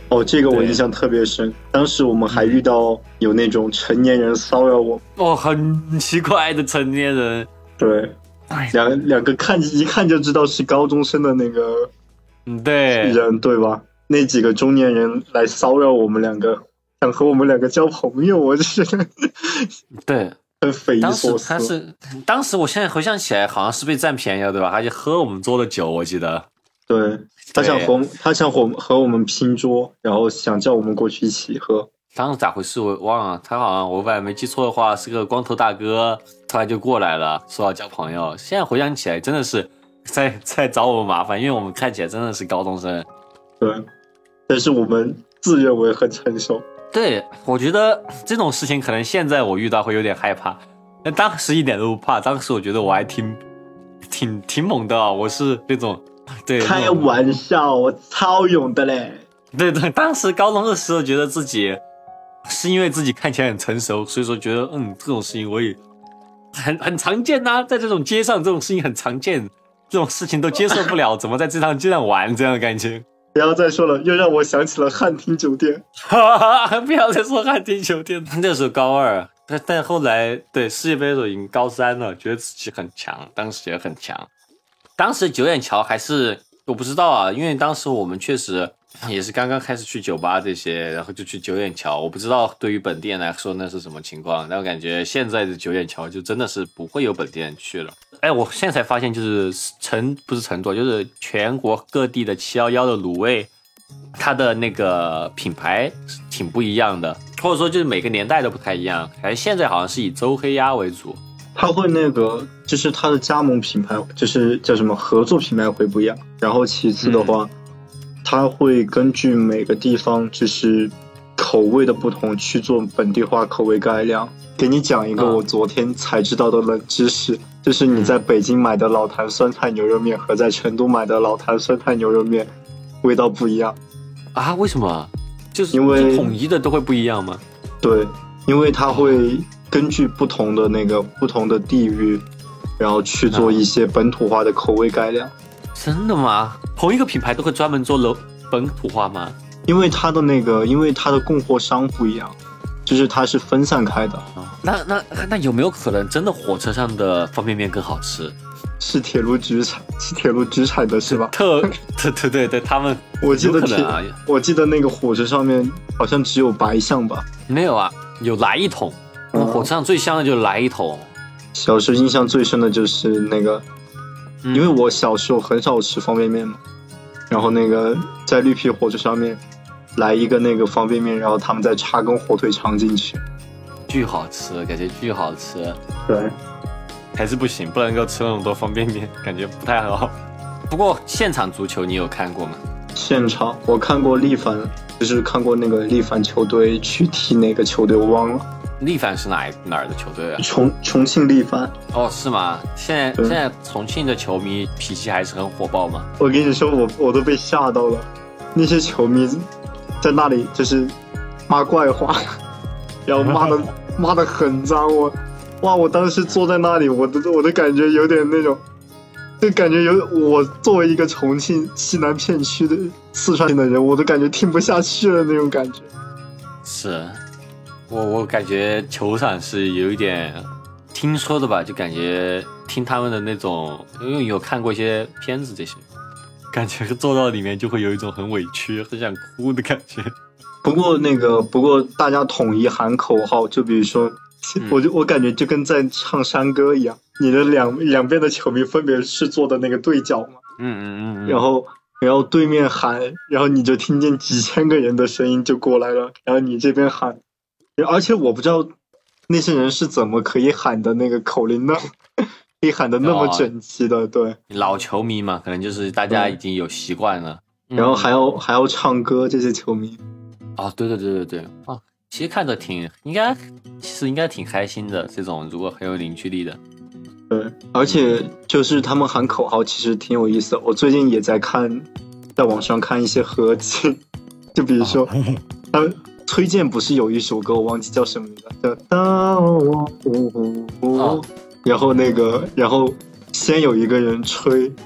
哦，这个我印象特别深。当时我们还遇到有那种成年人骚扰我， 很奇怪的成年人。 对，两个一看就知道是高中生的那个对人，对吧？那几个中年人来骚扰我们两个，想和我们两个交朋友，我就是对， 很匪夷所思。 当时我现在回想起来，好像是被占便宜了，对吧？他就喝我们桌的酒，我记得。 对，他想和我们拼桌，然后想叫我们过去一起喝。 当时咋回事我忘了，他好像我本来没记错的话是个光头大哥，突然就过来了，说要交朋友。现在回想起来，真的是在找我们麻烦，因为我们看起来真的是高中生。 对，但是我们自认为很成熟。 对，我觉得这种事情可能现在我遇到会有点害怕，但当时一点都不怕。当时我觉得我还挺猛的，我是那种对开玩笑，我超勇的嘞。 对，当时高中的时候觉得自己是因为自己看起来很成熟，所以说觉得这种事情我也很常见啊，在这种街上这种事情很常见，这种事情都接受不了，怎么在这趟街上玩这样的感觉。 不要再说了，又让我想起了汉庭酒店。 不要再说汉庭酒店。那时候高二，但后来对世界杯的时候已经高3了，觉得自己很强，当时也很强。当时九眼桥还是我不知道啊，因为当时我们确实也是刚刚开始去酒吧这些，然后就去九眼桥。我不知道对于本地人来说那是什么情况，但我感觉现在的九眼桥就真的是不会有本地人去了。我现在才发现，就是不是成都，就是全国各地的711的卤味，它的那个品牌挺不一样的，或者说就是每个年代都不太一样。感觉现在好像是以周黑鸭为主， 它会那个就是它的加盟品牌，就是叫什么合作品牌会不一样。然后其次的话，它会根据每个地方就是口味的不同去做本地化口味改良。给你讲一个我昨天才知道的冷知识，就是你在北京买的老坛酸菜牛肉面和在成都买的老坛酸菜牛肉面味道不一样啊？为什么？就是因为统一的都会不一样吗？ 对，因为它会根据不同的地域，然后去做一些本土化的口味改良。 真的吗？同一个品牌都会专门做本土化吗？ 因为它的供货商不一样，就是它是分散开的。 那有没有可能真的火车上的方便面更好吃？ 是铁路局产的是吧？ 对，他们我记得那个火车上面好像只有白象吧？ 没有啊，有来一桶。火车上最香的就是来一桶。 小时候印象最深的就是那个，因为我小时候很少吃方便面嘛，然后那个在绿皮火车上面来一个那个方便面，然后他们再插根火腿肠进去， 巨好吃，感觉巨好吃。 对， 还是不行，不能够吃那么多方便面，感觉不太好。不过现场足球你有看过吗？ 现场我看过力帆，就是看过那个力帆球队去踢哪个球队我忘了。 力帆是哪儿的球队啊？ 重庆力帆。 哦，是吗？现在重庆的球迷脾气还是很火爆吗？ 我跟你说，我都被吓到了，那些球迷在那里就是骂怪话，然后骂的很脏。我当时坐在那里，我的感觉有点那种，就感觉我作为一个重庆西南片区的四川的人，我都感觉听不下去了那种感觉。 是。我感觉球场是有一点听说的吧，就感觉听他们的那种，因为有看过一些片子这些，感觉坐到里面就会有一种很委屈、很想哭的感觉。 不过大家统一喊口号，就比如说，我感觉就跟在唱山歌一样，你的两边的球迷分别是坐的那个对角嘛，然后对面喊，然后你就听见几千个人的声音就过来了，然后你这边喊。而且我不知道那些人是怎么可以喊的那个口令呢，可以喊的那么整齐的。对， 老球迷嘛，可能就是大家已经有习惯了， 然后还要唱歌，这些球迷。 哦，对哦，其实看着应该挺开心的，这种如果很有凝聚力的。 对，而且就是他们喊口号其实挺有意思的。我最近也在网上看一些合集，就比如说他们崔健不是有一首歌我忘记叫什么名字，叫当我然后先有一个人吹，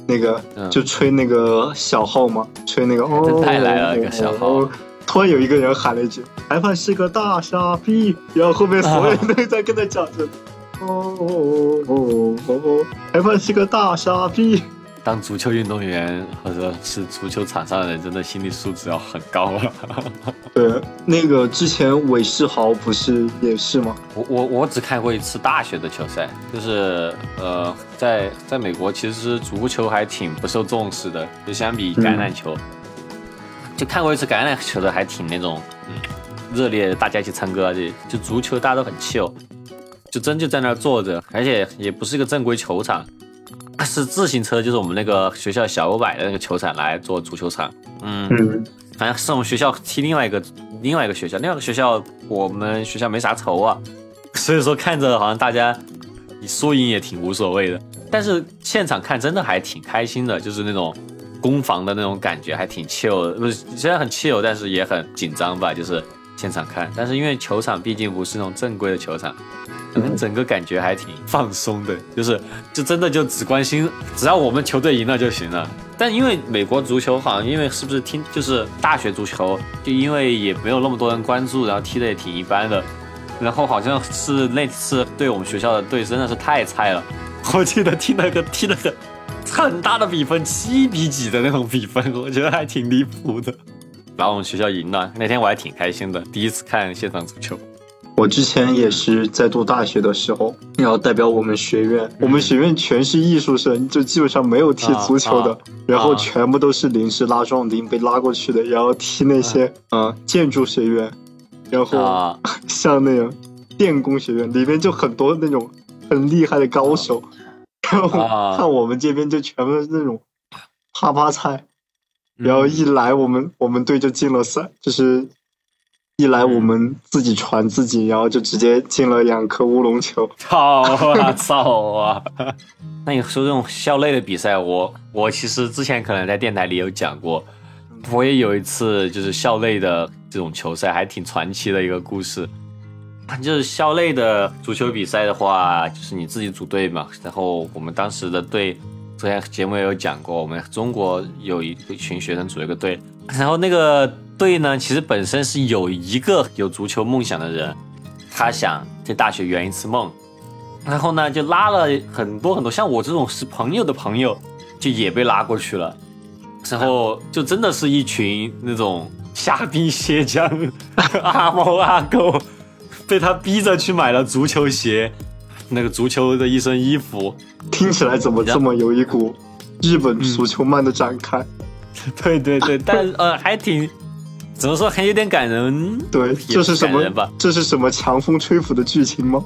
那个就吹那个小号嘛，吹那个哦， 带来了一个小号。 突然有一个人喊了一句：“裁判是个大傻逼。”然后后面所有人都在跟他讲着：“裁判是个大傻逼。” 当足球运动员或者是足球场上的人，真的心理素质要很高了。 对，那个之前韦世豪不是也是吗？ 我只看过一次大学的球赛，就是在美国其实足球还挺不受重视的，就相比橄榄球。就看过一次橄榄球的，还挺那种热烈，大家一起唱歌，就足球大家都很 chill， 就在那儿坐着，而且也不是一个正规球场，是自行车，就是我们那个学校小500的那个球场来做足球场。反正是我们学校踢另外一个学校，另外一个学校我们学校没啥仇啊，所以说看着好像大家输赢也挺无所谓的，但是现场看真的还挺开心的，就是那种攻防的那种感觉还挺 chill 的，不是虽然很 chill， 但是也很紧张吧，就是现场看。但是因为球场毕竟不是那种正规的球场，可能整个感觉还挺放松的，就真的就只关心只要我们球队赢了就行了。但因为美国足球好像因为是不是就是大学足球，就因为也没有那么多人关注，然后踢得也挺一般的，然后好像是那次对我们学校的队真的是太菜了，我记得踢了个很大的比分，7比几的那种比分，我觉得还挺离谱的。然后我们学校赢了，那天我还挺开心的，第一次看现场足球。 我之前也是在读大学的时候，然后代表我们学院，我们学院全是艺术生，就基本上没有踢足球的，然后全部都是临时拉壮丁被拉过去的，然后踢那些建筑学院，然后像那种电工学院里面就很多那种很厉害的高手。然后看我们这边就全部是那种啪啪菜，然后一来我们队就进了赛，就是一来我们自己传自己，然后就直接进了2颗乌龙球。 操啊！那你说这种校内的比赛，我其实之前可能在电台里有讲过，我也有一次就是校内的这种球赛，还挺传奇的一个故事。就是校内的足球比赛的话，就是你自己组队嘛。然后我们当时的队，之前节目也有讲过，我们中国有一群学生组了一个队，然后那个队呢，其实本身是有一个有足球梦想的人，他想在大学圆一次梦，然后呢就拉了很多像我这种是朋友的朋友，就也被拉过去了，然后就真的是一群那种虾兵蟹将、阿猫阿狗。被他逼着去买了足球鞋，那个足球的一身衣服， 听起来怎么这么有一股日本足球漫的展开？ 对，但还挺怎么说，还有点感人。对， 这是什么？这是什么强风吹拂的剧情吗？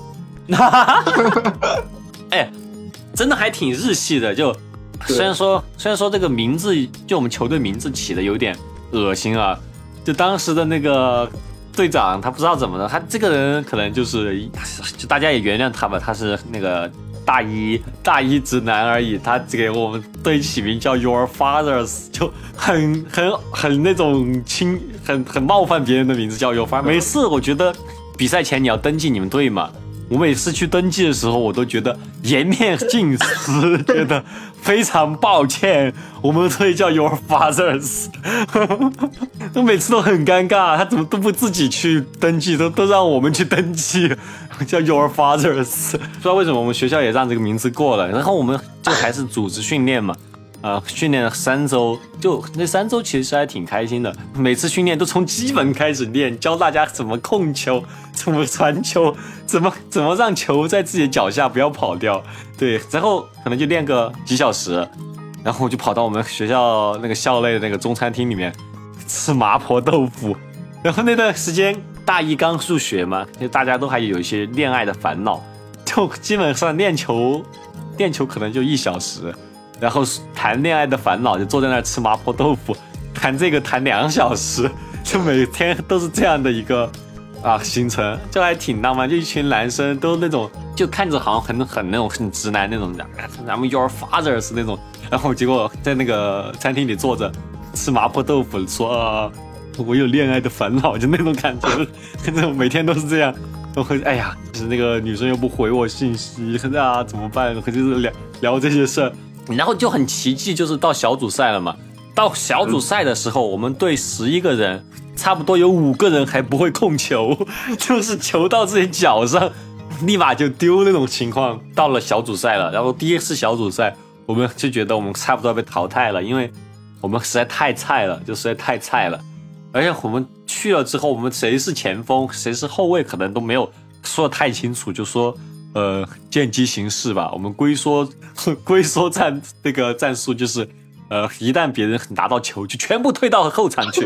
哎，真的还挺日系的。就虽然说这个名字，就我们球队名字起的有点恶心啊，就当时的那个。队长他不知道怎么的，他这个人可能就大家也原谅他吧，他是那个大一直男而已，他给我们队起名叫 Your Fathers， 就很那种很冒犯别人的名字叫 Your Fathers。每次我觉得比赛前你要登记你们队嘛，我每次去登记的时候，我都觉得颜面尽失，觉得非常抱歉，我们队叫 Your Fathers， 每次都很尴尬，他怎么都不自己去登记，都让我们去登记，叫 Your Fathers。不知道为什么我们学校也让这个名字过了，然后我们就还是组织训练嘛。训练了3周，就那3周其实还挺开心的。每次训练都从基本开始练，教大家怎么控球，怎么传球，怎么让球在自己的脚下不要跑掉。对，然后可能就练个几小时，然后我就跑到我们学校那个校内的那个中餐厅里面吃麻婆豆腐。然后那段时间大一刚入学嘛，就大家都还有一些恋爱的烦恼，就基本上练球可能就1小时。然后谈恋爱的烦恼，就坐在那儿吃麻婆豆腐，谈这个谈2小时，就每天都是这样的一个行程，就还挺浪漫。就一群男生都那种，就看着好像很那种很直男那种，咱们 Your Fathers 那种。然后结果在那个餐厅里坐着吃麻婆豆腐，说我有恋爱的烦恼，就那种感觉，那种每天都是这样。然后哎呀，就是那个女生又不回我信息，怎么办？就是聊这些事儿。 然后就很奇迹，就是到小组赛了嘛。到小组赛的时候，我们队11个人，差不多有5个人还不会控球，就是球到自己脚上，立马就丢那种情况。到了小组赛了，然后第一次小组赛，我们就觉得我们差不多要被淘汰了，因为我们实在太菜了，而且我们去了之后，我们谁是前锋，谁是后卫，可能都没有说得太清楚，就说见机行事吧。我们龟缩战术就是，一旦别人拿到球，就全部退到后场去。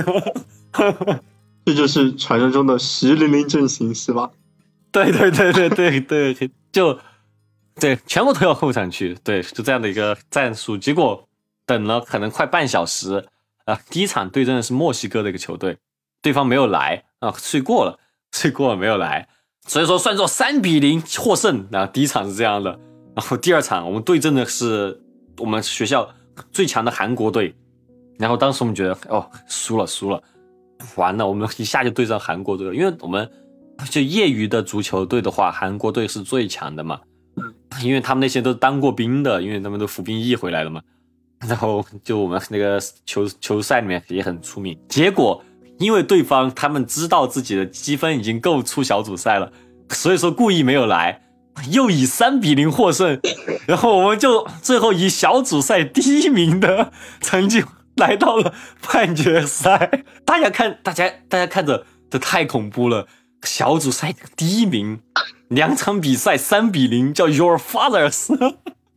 这就是传说中的10-0阵型是吧？ 对，就对，全部退到后场去，对，就这样的一个战术。结果等了可能快半小时。第一场对阵的是墨西哥的一个球队，对方没有来睡过了没有来，所以说算作3-0获胜。第一场是这样的，然后第二场我们对阵的是我们学校最强的韩国队，然后当时我们觉得输了，完了，我们一下就对上韩国队了，因为我们就业余的足球队的话，韩国队是最强的嘛，因为他们那些都当过兵的，因为他们都服兵役回来了嘛。然后就我们那个球赛里面也很出名，结果因为对方他们知道自己的积分已经够出小组赛了，所以说故意没有来，又以3-0获胜，然后我们就最后以小组赛第1名的成绩来到了半决赛。大家看着这太恐怖了，小组赛第1名，2场比赛3-0，叫 Your Fathers。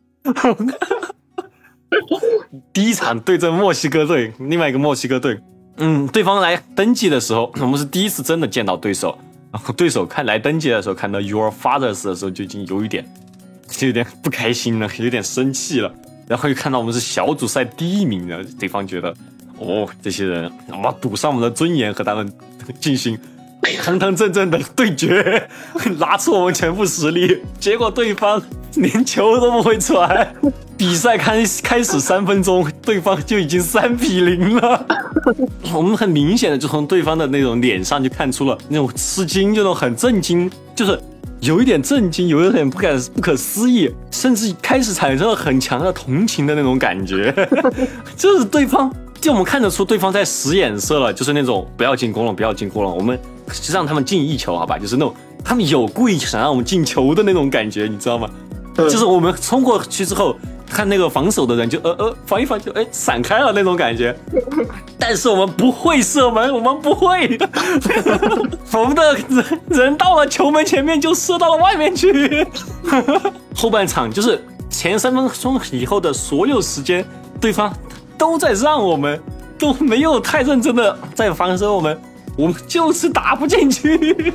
第一场对阵墨西哥队，另外一个墨西哥队，对方来登记的时候，我们是第一次真的见到对手，然后对手来登记的时候，看到 Your Fathers 的时候，就已经有点不开心了，有点生气了，然后又看到我们是小组赛第1名的，对方觉得这些人我们赌上我们的尊严和他们进行堂堂正正的对决，拿出我们全部实力，结果对方连球都不会传，比赛开始3分钟，对方就已经3-0了。我们很明显的就从对方的那种脸上就看出了那种吃惊，就那种很震惊，就是有一点震惊，有一点不可思议，甚至开始产生了很强的同情的那种感觉。就是对方，就我们看得出对方在使眼色了，就是那种不要进攻了，我们让他们进1球，好吧，就是那种他们有故意想让我们进球的那种感觉，你知道吗？就是我们冲过去之后，看那个防守的人就防一防就闪开了那种感觉，但是我们不会射门，我们不会，我们的人到了球门前面就射到了外面去。后半场就是前3分钟以后的所有时间，对方都在让我们，都没有太认真的在防守我们就是打不进去。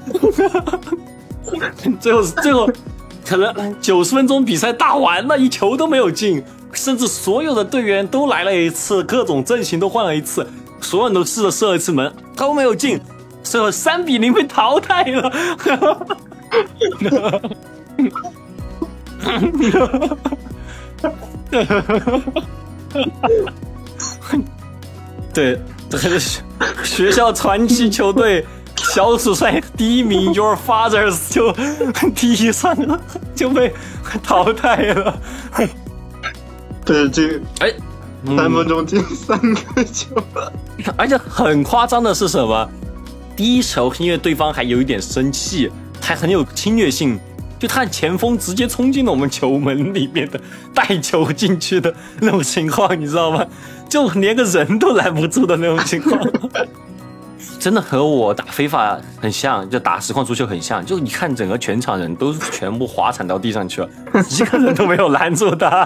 最后可能90分钟比赛打完了，1球都没有进，甚至所有的队员都来了一次，各种阵型都换了一次，所有人都试着射一次门都没有进，最后3-0被淘汰了。对，这是学校传奇球队小组赛第1名 Your Fathers 就第一场就被淘汰了。 对，这个3分钟进3个球， 而且很夸张的是什么？第一球因为对方还有一点生气，还很有侵略性，就他前锋直接冲进了我们球门里面的带球进去的那种情况，你知道吗？就连个人都拦不住的那种情况。真的和我打非法很像，就打实况足球很像，就你看整个全场人都全部滑铲到地上去了，一个人都没有拦住他。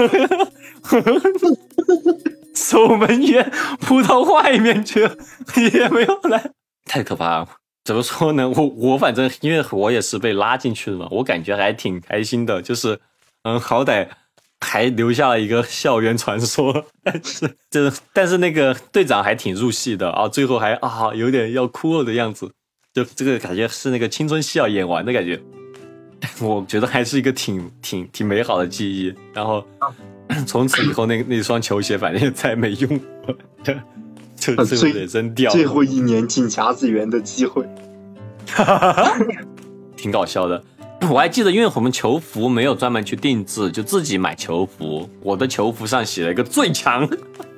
守门员扑到外面去了，也没有拦，太可怕了。怎么说呢？我反正因为我也是被拉进去的嘛，我感觉还挺开心的，就是好歹还留下了一个校园传说，但是那个队长还挺入戏的啊，最后还有点要哭了的样子，就这个感觉是那个青春期要演完的感觉，我觉得还是一个挺美好的记忆。然后从此以后那双球鞋反正再没用过，就得扔掉了。 最后1年进甲子园的机会， 挺搞笑的。 我还记得，因为我们球服没有专门去定制，就自己买球服。我的球服上写了一个最强，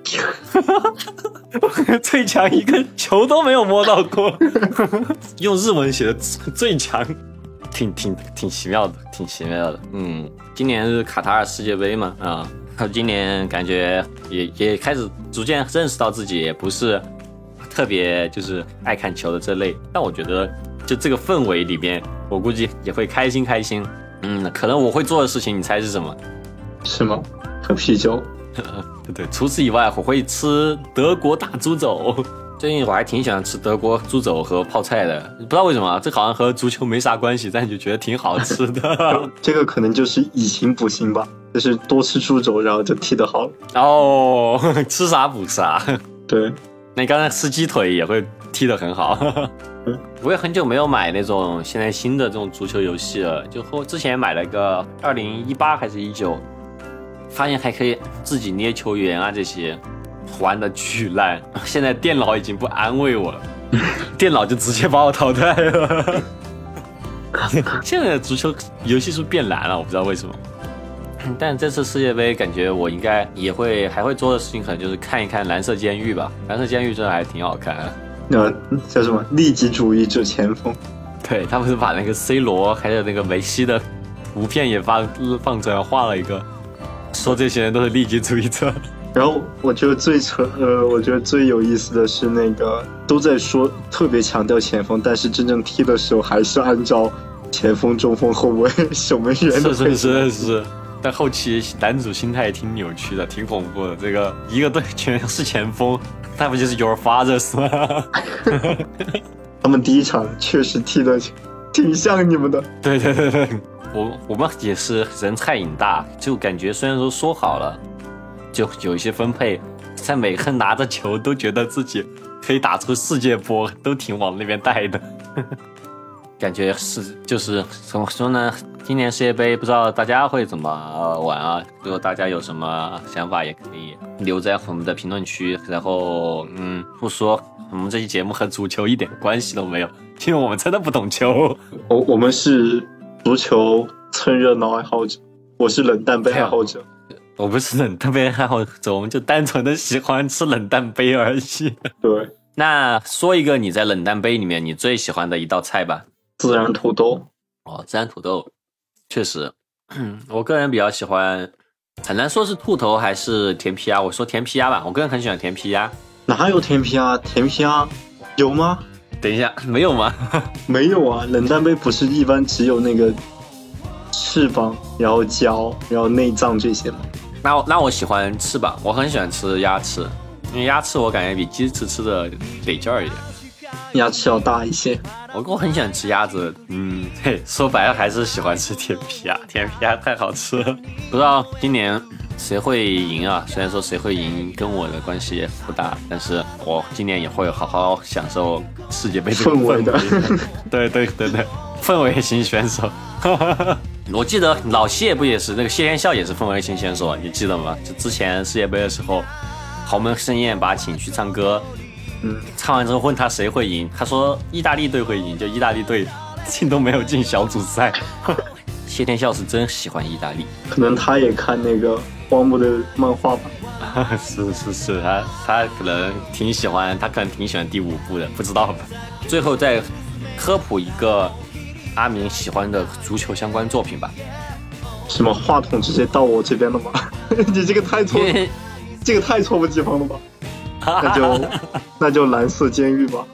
最强一个球都没有摸到过，用日文写的最强，挺奇妙的，挺奇妙的。今年是卡塔尔世界杯嘛，今年感觉也开始逐渐认识到自己也不是特别就是爱看球的这类，但我觉得就这个氛围里边，我估计也会开心。可能我会做的事情，你猜是什么？ 是吗？喝啤酒。 对，除此以外，我会吃德国大猪肘。最近我还挺喜欢吃德国猪肘和泡菜的，不知道为什么，这好像和足球没啥关系，但就觉得挺好吃的。 这个可能就是以形补形吧，就是多吃猪肘，然后就踢得好了。 哦，吃啥补啥。 对， 那你刚才吃鸡腿也会踢得很好。我也很久没有买那种现在新的这种足球游戏了，就和之前买了个2018还是19，发现还可以自己捏球员啊，这些玩的巨烂。现在电脑已经不安慰我了，电脑就直接把我淘汰了。现在的足球游戏是不是变难了？我不知道为什么。但这次世界杯感觉我应该还会做的事情，可能就是看一看蓝色监狱吧。蓝色监狱真的还挺好看的。 叫什么？利己主义者前锋。 对，他不是把那个 C 罗还有那个梅西的图片也放出来，画了一个，说这些人都是利己主义者。 然后我觉得我觉得最有意思的是那个都在说特别强调前锋，但是真正踢的时候还是按照前锋、中锋、后卫、守门员的。 是。但后期男主心态也挺扭曲的，挺恐怖的。这个一个队全是前锋，那不就是 Your Fathers 吗？ 他们第一场确实踢得挺像你们的。 对，我们也是人菜瘾大，就感觉虽然说好了，就有一些分配，在每个人拿着球都觉得自己可以打出世界波，都挺往那边带的。感觉就是怎么说呢？今年世界杯不知道大家会怎么玩啊？如果大家有什么想法，也可以留在我们的评论区。然后不说我们这期节目和足球一点关系都没有，因为我们真的不懂球。 我们是足球蹭热闹爱好者，我是冷淡杯爱好者。 我不是冷淡杯爱好者，我们就单纯的喜欢吃冷淡杯而已。 对， 那说一个你在冷淡杯里面你最喜欢的一道菜吧。 孜然土豆。 孜然土豆确实，我个人比较喜欢，很难说是兔头还是甜皮鸭，我说甜皮鸭吧，我个人很喜欢甜皮鸭。 哪有甜皮鸭？甜皮鸭有吗？ 等一下，没有吗？ 没有啊，冷淡杯不是一般只有那个翅膀，然后脚，然后内脏这些吗？ 那我喜欢翅膀，我很喜欢吃鸭翅，因为鸭翅我感觉比鸡翅吃的得劲儿一点。 鸭翅要大一些。 我很喜欢吃鸭子，对，说白了还是喜欢吃甜皮鸭，甜皮鸭太好吃了。不知道今年谁会赢啊？虽然说谁会赢跟我的关系也不大，但是我今年也会好好享受世界杯这个氛围的。对，氛围型选手。我记得老谢不也是那个谢天笑也是氛围型选手，你记得吗？就之前世界杯的时候，豪门盛宴把他请去唱歌。唱完之后问他谁会赢，他说意大利队会赢，就意大利队都没有进小组赛。谢天笑是真喜欢意大利， 可能他也看那个荒木的漫画吧。 是，他可能挺喜欢，他可能挺喜欢第5部的，不知道吧。最后再科普一个阿明喜欢的足球相关作品吧。 什么话筒直接到我这边了吗？你这个太错不及防了吧？那就蓝色监狱吧。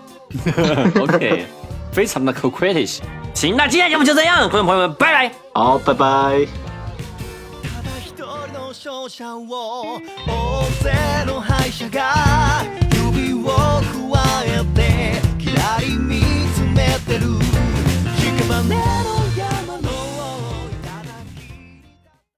OK， 非常的 co-critic。行，那今天节目就这样，观众朋友们，拜拜。 好，拜拜。 勝者を大勢の敗者が